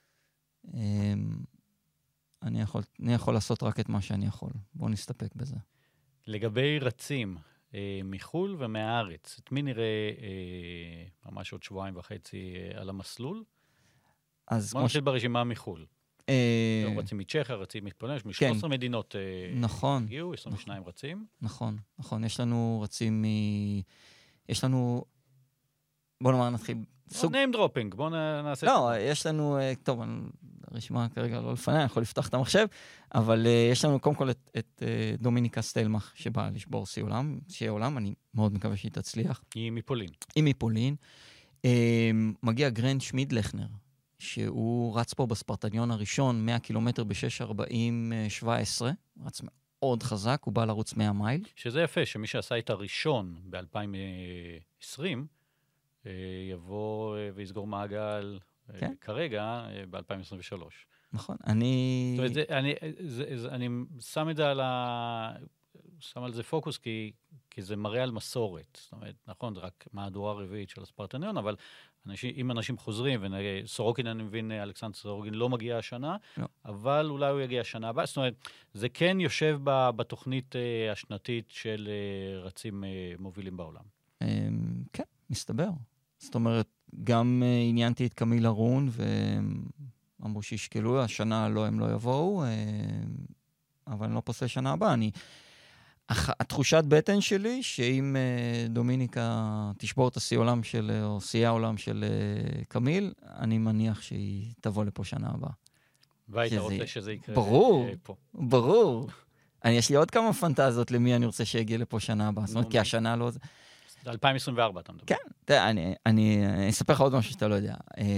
אני יכול, אני יכול לעשות רק את מה שאני יכול. בואו נסתפק בזה. לגבי רצים, מחול ומהארץ, את מי נראה ממש עוד שבועיים וחצי על המסלול? אז בואו נתחיל ברשימה מחול. רצים מצ'כיה, רצים מפולין, יש מ-שלוש עשרה מדינות הגיעו, עשרים ושניים רצים. נכון, נכון. יש לנו רצים מ... יש לנו... בוא נאמר, נתחיל... name dropping, בוא נעשה... לא, יש לנו... טוב, הרשימה כרגע לא לפני, אני יכול לפתח את המחשב, אבל יש לנו קודם כל את דומיניקה סטלמך, שבאה לשבור שיא עולם, שיא עולם, אני מאוד מקווה שהיא תצליח. היא מפולין. היא מפולין. מגיע גרנד שמידלכנר, שהוא רץ פה בספרטניון הראשון, מאה קילומטר ב-שש ארבעים שבע עשרה, רץ מאוד חזק, הוא בא לרוץ מאה מייל. שזה יפה, שמי שעשה את הראשון ב-אלפיים עשרים, יבוא ויסגור מעגל כן? כרגע ב-אלפיים עשרים ושלוש. נכון, אני... זאת אומרת, זה, אני, זה, זה, אני שם את זה על ה... שם על זה פוקוס, כי, כי כי זה מראה על מסורת. זאת אומרת, נכון, זה רק מהדורה רביעית של הספרטניון, אבל אנשים, אם אנשים חוזרים, וסורוקין, אני מבין, אלכסנדר סורוקין לא מגיע השנה, לא. אבל אולי הוא יגיע השנה הבאה. זאת אומרת, זה כן יושב בתוכנית השנתית של רצים מובילים בעולם. כן, מסתבר. זאת אומרת, גם עניינתי את קמיל ארון, ואמרו שישקלו, השנה לא, הם לא יבואו, אבל אני לא פוסל שנה הבאה. אני... התחושת בטן שלי, שאם דומיניקה תשבור את השיא עולם של, או שיאי העולם של קמיל, אני מניח שהיא תבוא לפה שנה הבאה. והיית שזה... רוצה שזה יקרה ברור, פה. ברור. אני, יש לי עוד כמה פנטזיות למי אני רוצה שיגיע לפה שנה הבאה. זאת אומרת, כי השנה לא... אלפיים עשרים וארבע אתה מדבר. כן, תראה, אני, אני, אני אספר לך עוד משהו שאתה לא יודע.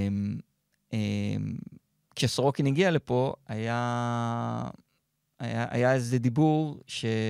כשסורוקין הגיע לפה, היה... היה, היה איזה דיבור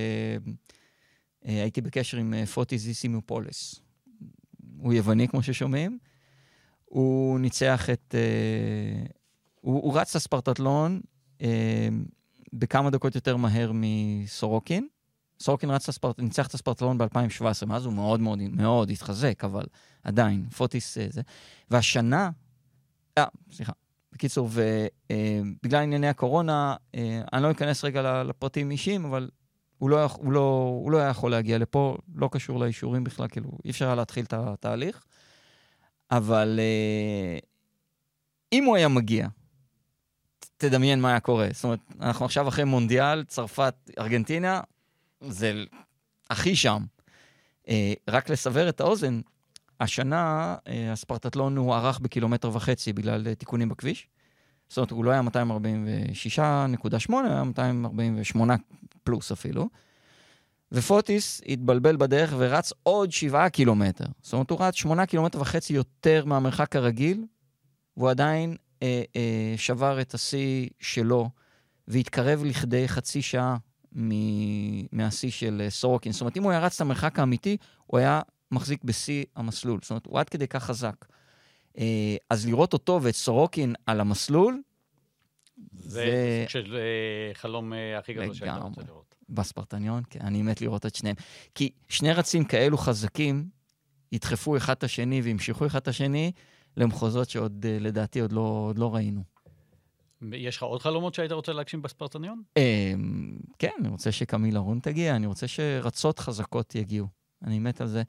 שהייתי בקשר עם פוטיס זיסימופולס. הוא יווני, כמו ששומעים. הוא ניצח את... הוא, הוא רץ לספרטטלון בכמה דקות יותר מהר מסורוקין. סורוקין רץ לספרט... ניצח את הספרטטלון ב-אלפיים שבע עשרה, מאז הוא מאוד מאוד, מאוד התחזק, אבל עדיין, פוטיס זה. והשנה... אה, סליחה. בקיצור, ובגלל ענייני הקורונה, אני לא אכנס רגע לפרטים אישיים, אבל הוא לא, הוא לא, הוא לא היה יכול להגיע לפה, לא קשור לאישורים בכלל, כאילו, אי אפשר היה להתחיל את התהליך. אבל אם הוא היה מגיע, תדמיין מה היה קורה. זאת אומרת, אנחנו עכשיו אחרי מונדיאל, צרפת, ארגנטינה, זה הכי שם. רק לסבר את האוזן, השנה, הספרטטלון הוא ערך בקילומטר וחצי בגלל תיקונים בכביש. זאת אומרת, הוא לא היה מאתיים ארבעים ושש נקודה שמונה, היה מאתיים ארבעים ושמונה פלוס אפילו. ופוטיס התבלבל בדרך ורץ עוד שבעה קילומטר. זאת אומרת, הוא רץ שמונה קילומטר וחצי יותר מהמרחק הרגיל, והוא עדיין אה, אה, שבר את השיא שלו, והתקרב לכדי חצי שעה מהשיא של סורוקין. זאת אומרת, אם הוא היה רץ את המרחק האמיתי, הוא היה... מחזיק בשיא המסלול. זאת אומרת, הוא עד כדי כך חזק. אז לראות אותו ואת סורוקין על המסלול, זה של חלום הכי גדול שהיית רוצה לראות. בספרטניון, כן, אני מת לראות את שניהם. כי שני רצים כאלו חזקים, ידחפו אחד את השני והמשיכו אחד את השני, למחוזות שעוד, לדעתי, עוד לא, עוד לא ראינו. יש לך עוד חלומות שהיית רוצה להגשים בספרטניון? כן, אני רוצה שקמיל ארון תגיע, אני רוצה שרצות חזקות יגיעו. אני מת על זה.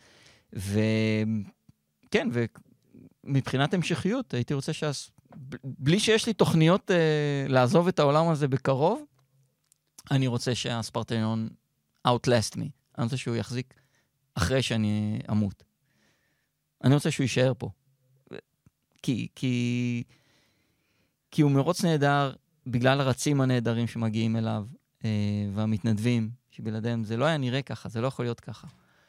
וכן, ומבחינת המשכיות, הייתי רוצה שהס... בלי שיש לי תוכניות אה, לעזוב את העולם הזה בקרוב, אני רוצה שהספרטניון outlast me. אני רוצה שהוא יחזיק אחרי שאני אמות. אני רוצה שהוא יישאר פה. כי, כי, כי הוא מרוץ נהדר, בגלל הרצים הנהדרים שמגיעים אליו, אה, והמתנדבים, שבלעדיהם זה לא היה נראה ככה, זה לא יכול להיות ככה.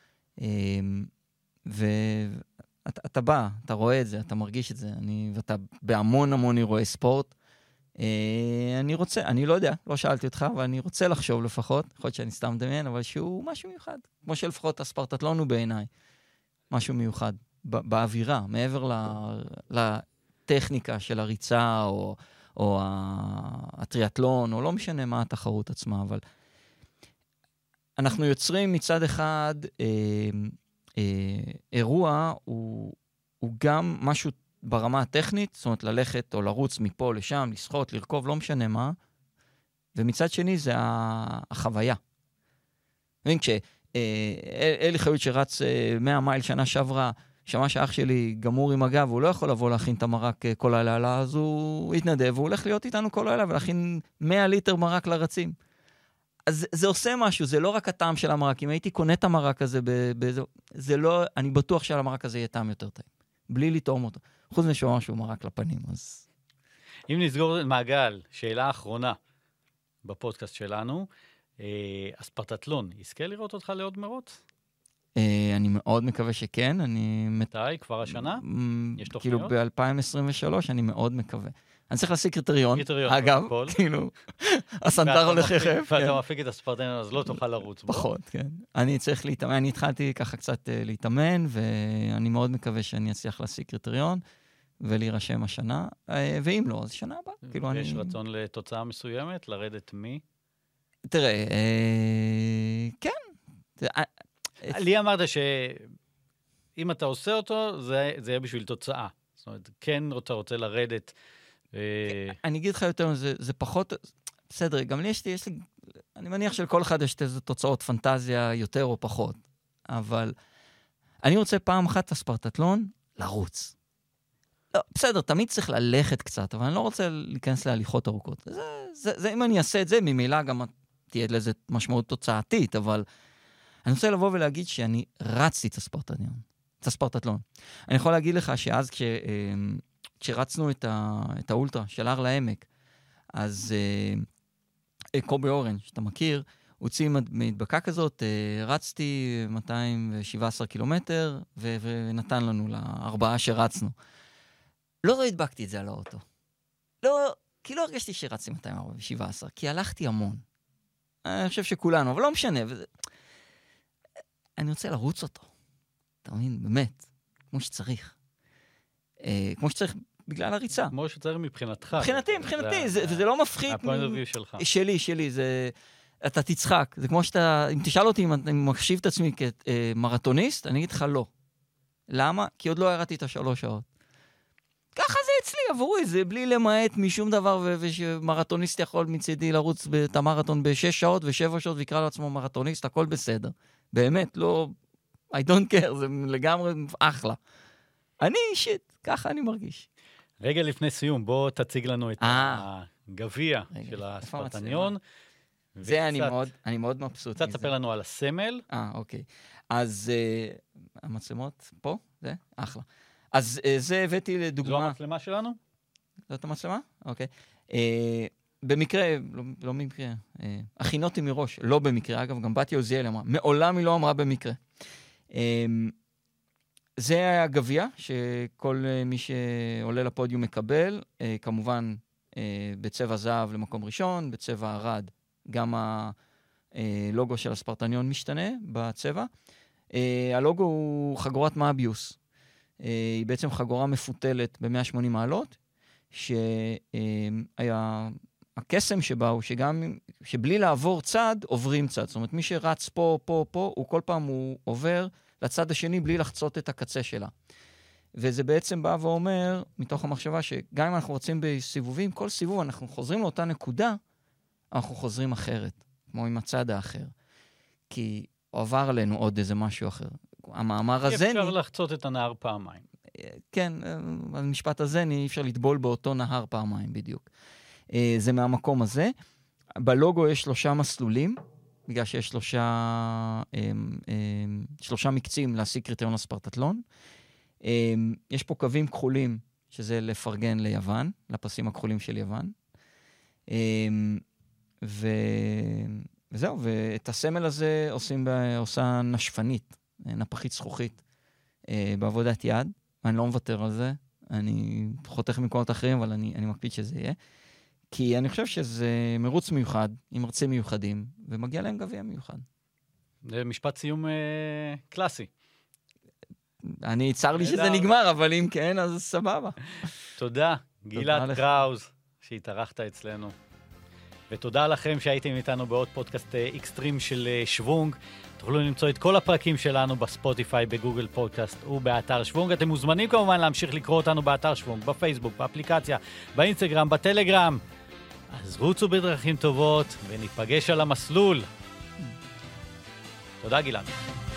ואתה אתה בא, אתה רואה את זה, אתה מרגיש את זה, אני, ואתה בהמון המון אירועי ספורט. אני רוצה, אני לא יודע, לא שאלתי אותך, אבל אני רוצה לחשוב לפחות, יכול להיות שאני סתם דמיין, אבל שהוא משהו מיוחד. כמו שלפחות הספרטטלון הוא בעיניי, משהו מיוחד, באווירה, מעבר לטכניקה של הריצה, או, או הטריאטלון, או לא משנה מה התחרות עצמה, אבל... אנחנו יוצרים מצד אחד, אה, אה, אירוע הוא, הוא גם משהו ברמה הטכנית, זאת אומרת ללכת או לרוץ מפה לשם, לשחות, לרכוב, לא משנה מה, ומצד שני זה החוויה. מבין, כשאלי חיות שרץ אה, מאה מייל שנה שעברה, שמע שאח שלי גמור עם הגב, הוא לא יכול לבוא להכין את המרק כל הלילה, אז הוא יתנדב, והוא הולך להיות איתנו כל הלילה, ולהכין מאה ליטר מרק לרצים. אז זה עושה משהו, זה לא רק הטעם של המרק. אם הייתי קונה את המרק הזה, באיזה, זה לא, אני בטוח שעל המרק הזה יהיה טעם יותר טעים. בלי לטעום אותו. חוץ משהו משהו מרק לפנים, אז... אם נסגור מעגל, שאלה אחרונה בפודקאסט שלנו, הספרטטלון, יזכה לראות אותך לעוד מרוץ? אני מאוד מקווה שכן, אני... מתי? כבר השנה? יש תוכניות? כאילו ב-אלפיים עשרים ושלוש, אני מאוד מקווה. אני צריך להשיג קריטריון. קריטריון, אגב, כאילו, הסנטר הולך יחף. ואתה מפיק את הספרטניון, אז לא תוכל לרוץ בו. פחות, כן. אני צריך להתאמן, אני התחלתי ככה קצת להתאמן, ואני מאוד מקווה שאני אצליח להשיג קריטריון, ולהירשם השנה, ואם לא, אז שנה הבאה. יש רצון לתוצאה מסוימת, לרדת מי? תראה, כן. לי אמרת שאם אתה עושה אותו, זה יהיה בשביל תוצאה. זאת אומרת, כן אתה רוצה לרדת. אני אגיד לך יותר, זה פחות... בסדר, גם לי יש לי... אני מניח שלכל אחד יש איזה תוצאות פנטזיה יותר או פחות. אבל אני רוצה פעם אחת הספרטטלון לרוץ. לא, בסדר, תמיד צריך ללכת קצת, אבל אני לא רוצה להיכנס להליכות ארוכות. זה, זה, זה, אם אני אעשה את זה, ממילא גם תהיה לזה משמעות תוצאתית, אבל אני רוצה לבוא ולהגיד שאני רצתי את הספרטטלון. את הספרטטלון. אני יכול להגיד לך שאז כש, כשרצנו את, ה, את האולטרה של הר לעמק, אז קובי אורן, שאתה מכיר, הוציא מדבקה כזאת, רצתי מאתיים שבע עשרה קילומטר, ו- ונתן לנו לארבעה שרצנו. לא הדבקתי את זה על האוטו. לא, כי לא הרגשתי שרצתי מאתיים שבע עשרה, כי הלכתי המון. אני חושב שכולנו, אבל לא משנה. וזה... אני רוצה לרוץ אותו. אתה מבין? באמת. כמו שצריך. אה, כמו שצריך בגלל הריצה. כמו שצריך מבחינתך. מבחינתי, מבחינתי. זה, וזה לא מפחיד. הפוינט אוף ויו שלך. שלי, שלי. זה... אתה תצחק. זה כמו שאתה... אם תשאל אותי אם אני מחשיב את עצמי כמרתוניסט, אני אגיד לך לא. למה? כי עוד לא הראתי את השלוש שעות. ככה זה אצלי, עבורי, זה בלי למעט משום דבר, ושמרתוניסט יכול מצידי לרוץ את המרתון בשש שעות ושבע שעות, ויקרא לעצמו מרתוניסט, הכל בסדר. באמת, לא... I don't care, זה לגמרי אחלה. אני אישית, ככה אני מרגיש. רגע לפני סיום, בוא תציג לנו את הגביע של הספרטניון. זה אני מאוד, אני מאוד מבסוט. קצת תספר לנו על הסמל. אה, אוקיי. אז המצלמות פה, זה אחלה. אז זה הבאתי לדוגמה... זו המצלמה שלנו? זאת המצלמה? אוקיי. במקרה, לא במקרה, הכינותי מראש, לא במקרה, אגב, גם בתיה עוזיאל אמרה, מעולם היא לא אמרה במקרה. זה היה הגביע שכל מי שעולה לפודיום מקבל, כמובן בצבע זהב למקום ראשון, בצבע ערד, גם הלוגו של הספרטניון משתנה בצבע. הלוגו הוא חגורת מאביוס. היא בעצם חגורה מפותלת ב-מאה ושמונים מעלות, שהיה... הקסם שבה הוא שגם, שבלי לעבור צד, עוברים צד. זאת אומרת, מי שרץ פה, פה, פה, הוא כל פעם הוא עובר לצד השני בלי לחצות את הקצה שלה. וזה בעצם בא ואומר, מתוך המחשבה, שגם אם אנחנו רוצים בסיבובים, כל סיבוב אנחנו חוזרים לאותה נקודה, אנחנו חוזרים אחרת, כמו עם הצד האחר. כי עבר עלינו עוד איזה משהו אחר. המאמר הזה... אי אפשר לחצות את הנהר פעמיים. כן, המשפט הזה, אי אפשר לטבול באותו נהר פעמיים בדיוק. זה מהמקום הזה. בלוגו יש שלושה מסלולים, בגלל שיש שלושה, שלושה מקצים להשיג קריטריון הספרטטלון. יש פה קווים כחולים, שזה לפרגן ליוון, לפסים הכחולים של יוון. ו... וזהו, ואת הסמל הזה עושים, עושה נשפנית, נפחית זכוכית, בעבודת יד. אני לא מוותר על זה, אני חותך ממקומות אחרים, אבל אני, אני מקפיד שזה יהיה. כי אני חושב שזה מרוץ מיוחד, עם מרצים מיוחדים, ומגיע להם גביע מיוחד. זה משפט סיום אה, קלאסי. אני, צר לי שזה נגמר, אבל אם כן, אז סבבה. תודה, גלעד קראוז, שהתארחת אצלנו. ותודה לכם שהייתם איתנו בעוד פודקאסט אקסטרים של שוונג. תוכלו למצוא את כל הפרקים שלנו בספוטיפיי, בגוגל פודקאסט ובאתר שוונג. אתם מוזמנים כמובן להמשיך לקרוא אותנו באתר שוונג, בפייסבוק, באפליקציה, באינסטגרם, בטלגרם. אז רוצו בדרכים טובות וניפגש על המסלול. תודה גלעד.